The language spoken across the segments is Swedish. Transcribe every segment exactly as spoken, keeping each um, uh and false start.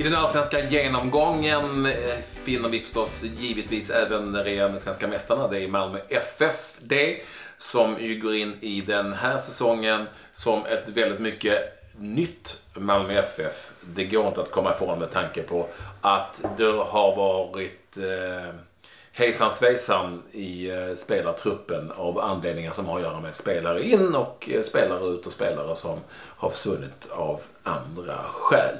den allsvenska genomgången finner vi förstås givetvis även regerande svenska mästarna. Det är Malmö F F det som ju går in i den här säsongen som ett väldigt mycket nytt Malmö F F. Det går inte att komma ifrån med tanke på att det har varit eh, hejsan svejsan i eh, spelartruppen av anledningar som har att göra med spelare in och eh, spelare ut och spelare som har försvunnit av andra skäl.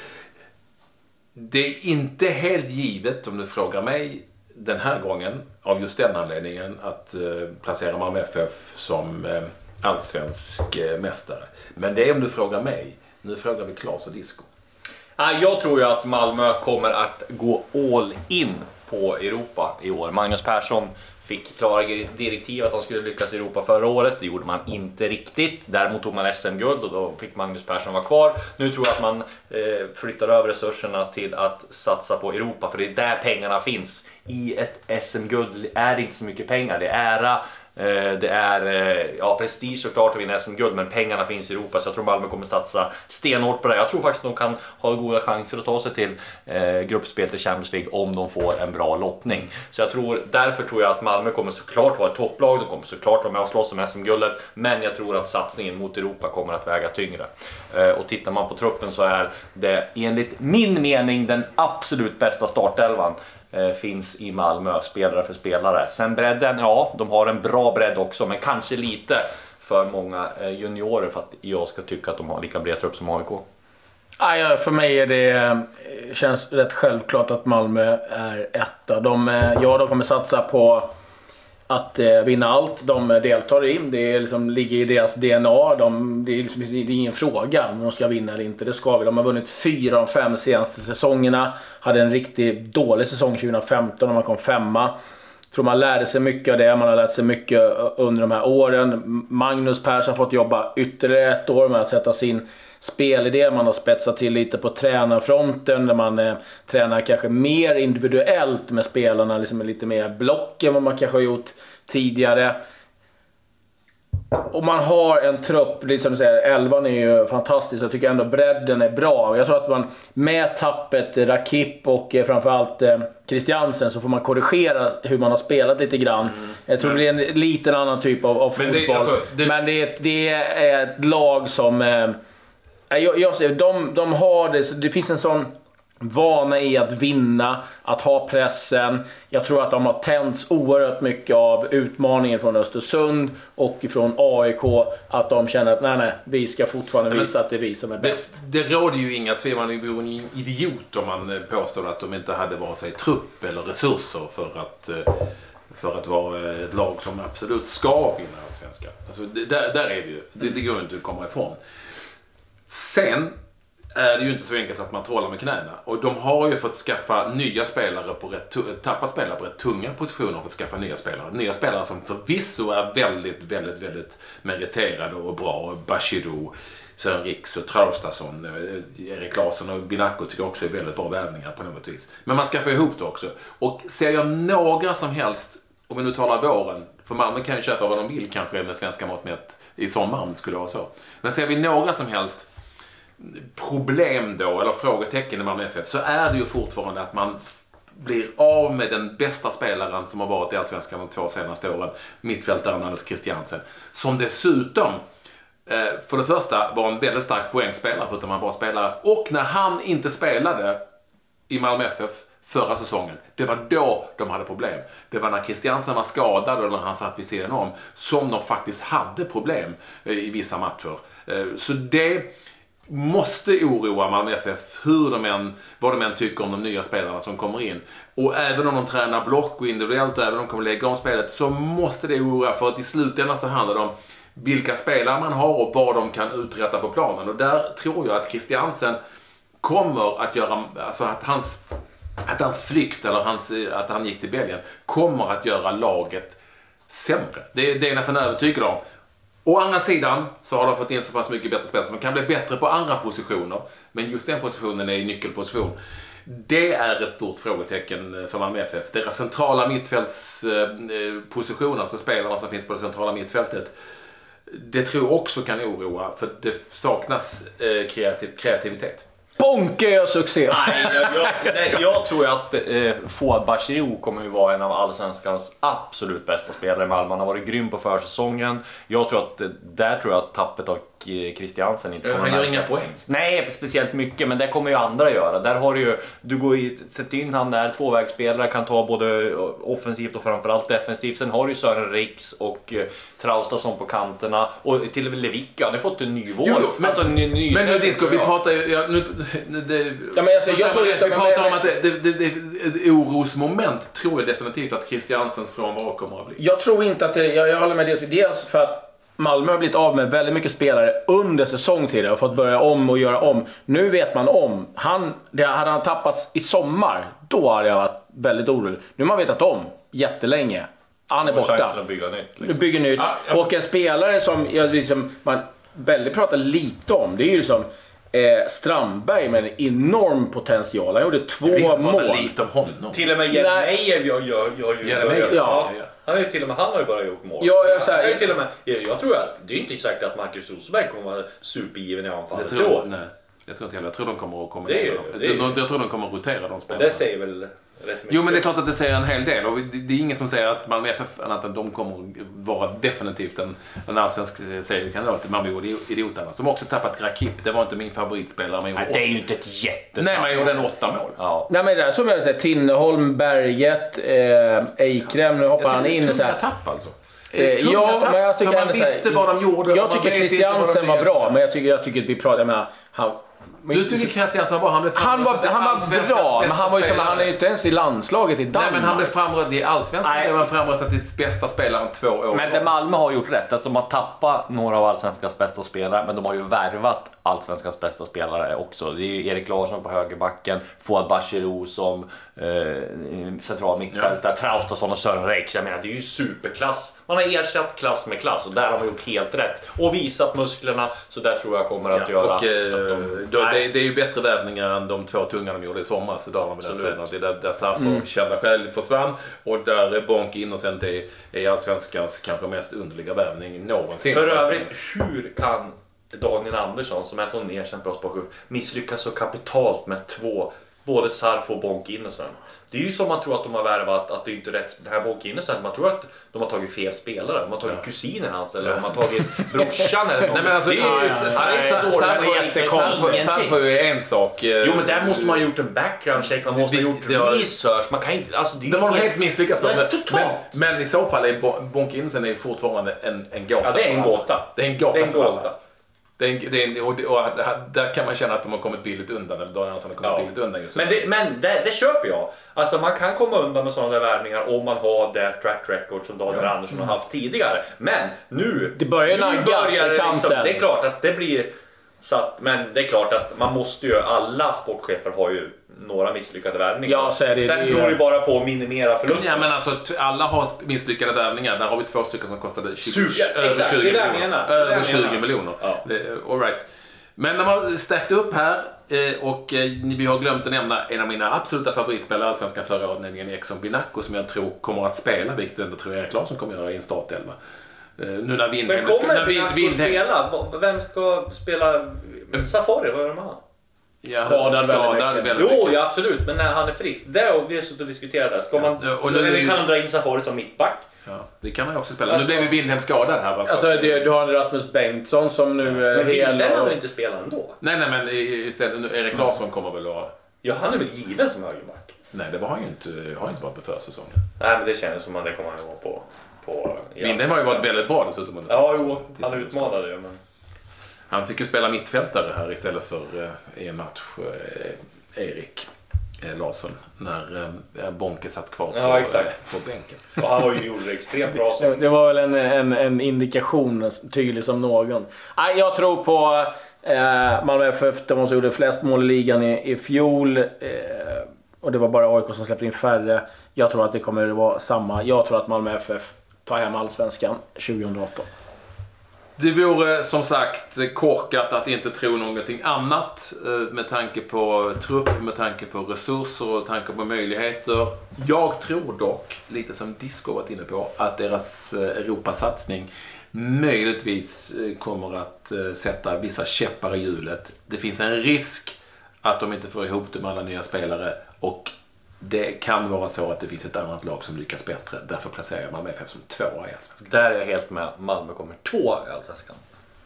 Det är inte helt givet, om du frågar mig den här gången, av just den anledningen att eh, placera Malmö F F som eh, allsvensk eh, mästare. Men det är om du frågar mig. Nu frågar vi Claes och Disco. Jag tror ju att Malmö kommer att gå all in på Europa i år. Magnus Persson fick klara direktiv att de skulle lyckas i Europa förra året. Det gjorde man inte riktigt. Däremot tog man S M-guld och då fick Magnus Persson vara kvar. Nu tror jag att man eh, flyttar över resurserna till att satsa på Europa. För det är där pengarna finns. I ett S M-guld är det inte så mycket pengar. Det är ära. Det är ja, prestige såklart att vinna S M-guld, men pengarna finns i Europa, så jag tror Malmö kommer satsa stenhårt på det. Jag tror faktiskt att de kan ha goda chanser att ta sig till eh, gruppspel till Champions League om de får en bra lottning. Så jag tror, därför tror jag att Malmö kommer såklart vara ett topplag, de kommer såklart vara med och slåss om S M-guldet, men jag tror att satsningen mot Europa kommer att väga tyngre. Eh, och tittar man på truppen så är det enligt min mening den absolut bästa startelvan finns i Malmö, spelare för spelare. Sen bredden, ja, de har en bra bredd också, men kanske lite för många juniorer för att jag ska tycka att de har lika bred trupp som A I K. Ja, för mig är det, känns rätt självklart att Malmö är etta. De, ja, de kommer satsa på att vinna allt de deltar i. Det är liksom, ligger i deras D N A. De, det, är liksom, det är ingen fråga om de ska vinna eller inte. Det ska vi. De har vunnit fyra av fem senaste säsongerna. Hade en riktigt dålig säsong tjugo femton när man kom femma. Jag tror man lärde sig mycket av det. Man har lärt sig mycket under de här åren. Magnus Persson har fått jobba ytterligare ett år med att sätta sin spelidé. Man har spetsat till lite på tränarfronten där man eh, tränar kanske mer individuellt med spelarna, liksom lite mer block än vad man kanske har gjort tidigare. Och man har en trupp, liksom du säger, elvan är ju fantastisk. Jag tycker ändå bredden är bra. Jag tror att man med tappet Rakip och eh, framförallt eh, Christiansen så får man korrigera hur man har spelat lite grann. Mm. Jag tror det blir en liten annan typ av, av men fotboll. Det, alltså, det... Men det, det är ett lag som... Eh, Jag, jag ser, de, de har det, så det finns en sån vana i att vinna, att ha pressen. Jag tror att de har tänts oerhört mycket av utmaningen från Östersund och från A I K, att de känner att nej, nej, vi ska fortfarande visa att det är vi som är bäst. Det, det råder ju inga tvivel, man är en idiot om man påstår att de inte hade vare sig trupp eller resurser för att, för att vara ett lag som absolut ska vinna allsvenskan. Alltså, där, där är vi ju, det, det går inte att komma ifrån. Sen är det ju inte så enkelt att man trollar med knäna. Och de har ju fått skaffa nya spelare på rätt, tappat spelare på rätt tunga positioner och fått skaffa nya spelare. Nya spelare som förvisso är väldigt, väldigt, väldigt meriterade och bra. Bashirou, Sören Riks och Traustason, Erik Larsson och Binacco tycker också är väldigt bra värvningar på något vis. Men man skaffar ihop det också. Och ser jag några som helst, om vi nu talar våren, för Malmö kan ju köpa vad de vill kanske med svenska mått med i sommaren skulle det vara så. Men ser vi några som helst problem då, eller frågetecken i Malmö F F, så är det ju fortfarande att man blir av med den bästa spelaren som har varit i Allsvenskan de två senaste åren, mittfältaren Anders Christiansen, som dessutom eh, för det första var en väldigt stark poängspelare förutom han bara spelare, och när han inte spelade i Malmö F F förra säsongen, det var då de hade problem. Det var när Christiansen var skadad och när han satt vid sidan om som de faktiskt hade problem eh, i vissa matcher. Eh, så det måste oroa Malmö F F hur de än, vad de än tycker om de nya spelarna som kommer in. Och även om de tränar block och individuellt och även om de kommer lägga om spelet, så måste det oroa, för att i slutändan så handlar det om vilka spelare man har och vad de kan uträtta på planen. Och där tror jag att Christiansen kommer att göra, alltså att hans, att hans flykt eller hans, att han gick till Belgien kommer att göra laget sämre. Det, det är nästan övertygad om. Å andra sidan så har de fått in så pass mycket bättre spelare som de kan bli bättre på andra positioner. Men just den positionen är nyckelposition. Det är ett stort frågetecken för Malmö F F. Deras centrala mittfältspositioner, alltså spelarna som finns på det centrala mittfältet, det tror jag också kan oroa, för det saknas kreativ, kreativitet. Bonke gör succé. Nej, jag, jag, nej, jag tror att eh, Fouad Bachirou kommer ju vara en av allsvenskans absolut bästa spelare i Malmö. Han har varit grym på försäsongen. Jag tror att där tror jag att tappet av Christiansen inte kommer. Han gör inga poäng. Nej, speciellt mycket, men det kommer ju andra göra. Där har du ju, du går i, sätter in han där, tvåvägsspelare kan ta både offensivt och framförallt defensivt. Sen har du ju Sören Riks och eh, Traustason på kanterna och till och med Lewicka, han har fått en ny vår. Jo, men, alltså, ny, ny, men nu Disco, vi pratar ju... Ja, nu, det, ja, men alltså, jag tror vi just pratar men, om att det, det, det, det, ett orosmoment tror jag definitivt att Christiansens frånvaro kommer att bli. Jag tror inte att det, jag, jag håller med dels, dels för att Malmö har blivit av med väldigt mycket spelare under säsong tidigare och fått börja om och göra om. Nu vet man om. Han, det hade han tappats i sommar, då hade jag varit väldigt orolig. Nu har man vetat om jättelänge. Han är borta. Att bygga nytt, liksom. Du bygger nytt. Ja, ja. Och en spelare som jag, liksom, man väldigt pratar lite om, det är ju liksom eh, Strandberg med en enorm potential. Han gjorde två Det mål. lite om honom. Till och med Jeremejeff gör ju gör, gör, Jeremejeff, ja. ja. Han har ju till och med han har ju bara gjort mål. Ja, jag, så här, han ju till och med, jag, jag tror att det är inte säkert att Marcus Rosenberg kommer vara supergiven i anfallet. Jag tror, nej, jag tror inte heller. Jag tror de kommer att komma Det är ju- ner. det är ju- Jag, jag tror de kommer att rotera de Och spelarna. det säger väl rätt mycket. Jo, men det är klart att det säger en hel del. Och det, det är ingen som säger att Malmö F F annat än de kommer att vara definitivt en, en allsvensk seriekandidat. Malmö gjorde idioterna. Som också tappat Rakip. Det var inte min favoritspelare. Men Nej, det är ju inte ett jättetapp. Nej, man gjorde en åtta mål. Ja. nej men det är som jag säger, Tinneholm, Berget, eh, Eikrem, nu hoppar han in det är så tunga här. tapp alltså. Eh, Tunga ja, tapp, men jag tycker för man ändå så här- visste vad de gjorde. Jag man tycker vet inte vad de Christiansen var vet. bra, men jag tycker, jag tycker att vi pratar, jag menar, han, Du tycker Christiansen var bra? Han, blev han var, framröstad till han var allsvenskans bra, men bästa han var ju som, spelare. han är ju inte ens i landslaget i Danmark. Nej, men han blev framröstad i allsvenskan. Nej. Blev han framröstad till bästa spelaren två år. Men det Malmö har gjort rätt, att de har tappat några av allsvenskans bästa spelare, men de har ju värvat allsvenskans bästa spelare också. Det är ju Erik Larsson på högerbacken, Fouad Bachirou som eh, central mittfältare, ja. Traustason och Sören Riks. Jag menar, det är ju superklass. Man har ersatt klass med klass och där har man gjort helt rätt. Och visat musklerna, så där tror jag kommer att Ja, göra. och, eh, att de, då, det, det är ju bättre värvningar än de två tunga de gjorde i sommar. Så där har vi den scenen. Det är där, där Sarfo mm. kända själv försvann. Och där Bonk Innocent är, är allsvenskans kanske mest underliga värvning någonsin. För övrigt, hur kan Daniel Andersson, som är så erkänd bra sportchef, misslyckas så kapitalt med två, både Sarfo och Bonk Innocent? Det är ju som man tror att de har värvat, att det är inte rätt, det här Bonk Innocent, man tror att de har tagit fel spelare, de har tagit ja. kusinen hans eller de har tagit brorsan eller någon. Nej, men alltså, det är ju Sarfo är en sak. Jo, men där måste man ha gjort en background check, man måste ha gjort det, det research, man kan inte, alltså det är de har helt, helt misslyckats med det. Men, men i så fall är Bonk Innocent är fortfarande en, en gåta. Ja, det är en gåta. Det är en gåta, det är en för gåta. alla. Det är, det är, och, och, och där kan man känna att de har kommit billigt undan, eller Daniel Andersson har kommit ja. billigt undan just men det, men det, det köper jag. Alltså man kan komma undan med sådana där värvningar om man har det track record som Daniel ja. Andersson har haft tidigare. Men nu, det börjar nu naggas börjar det, liksom, kanten. det är klart att det blir så att, men det är klart att man måste ju, alla sportchefer har ju några misslyckade värvningar. Ja, så är det, sen det beror det bara på att minimera förlusten. Ja, men alltså alla har misslyckade värvningar. Där har vi två stycken som kostade tjugo, ja, över exakt, tjugo det är miljoner. det Över det tjugo miljoner. Ja. All right. Men när man stärkt upp här och vi har glömt att nämna en av mina absoluta favoritspelare i Allsvenskan förra året, nämligen Exxon Binacco, som jag tror kommer att spela, vilket ändå tror jag Erik Larsson kommer att göra i en startelva. Nu när Windhem... Men kommer när Binacco att spela? Vem ska spela? Safari, vad är de här? Ja, skadad, skadad väldigt mycket. Jo, ja, absolut. Men när han är frisk, det har vi suttit och diskuterat där. Ska man, ja, och nu kan de dra in Safari som mittback. Ja, det kan man ju också spela. Alltså, nu blev ju Windhem skadad här. Alltså. Alltså, det, du har Rasmus Bengtsson som nu... Ja. Men Windhem och... hade inte spelat ändå. Nej, nej, men istället, Erik Larsson kommer väl att... Ja, han är väl given som högerback. Nej, det var han ju inte, har inte varit på försäsongen. Nej, men det känns som att det kommer han vara på... på Windhem har ju varit väldigt bra dessutom. Under ja, jo, han utmanade ju, men... Han fick ju spela mittfältare här istället för eh, en match, eh, Erik eh, Larsson, när eh, Bonke satt kvar på, ja, exakt. Eh, på bänken. Och han var ju gjorde extremt bra. Det, det var väl en, en, en indikation tydlig som någon. Nej, jag tror på eh, Malmö F F, de som gjorde flest mål i ligan i, i fjol. Eh, och det var bara A I K som släppte in färre. Jag tror att det kommer att vara samma. Jag tror att Malmö F F tar hem Allsvenskan tjugohundraarton. Det vore som sagt korkat att inte tro någonting annat med tanke på trupp, med tanke på resurser och tanke på möjligheter. Jag tror dock, lite som Disco varit inne på, att deras Europasatsning möjligtvis kommer att sätta vissa käppar i hjulet. Det finns en risk att de inte får ihop det med alla nya spelare. Och det kan vara så att det finns ett annat lag som lyckas bättre. Därför placerar jag Malmö F F som tvåa i Allsvenskan. Där är jag helt med. Malmö kommer tvåa i Allsvenskan.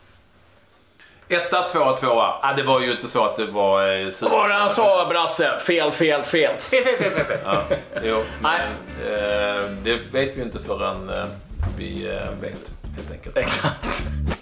Etta, tvåa, tvåa. Ah, det var ju inte så att det var... Eh, Vad var det han sa, Brasse? Fel, fel, fel. Fel, fel, fel, fel, fel. Ja, jo, men eh, det vet vi inte förrän eh, vi eh, vet, helt enkelt. Exakt.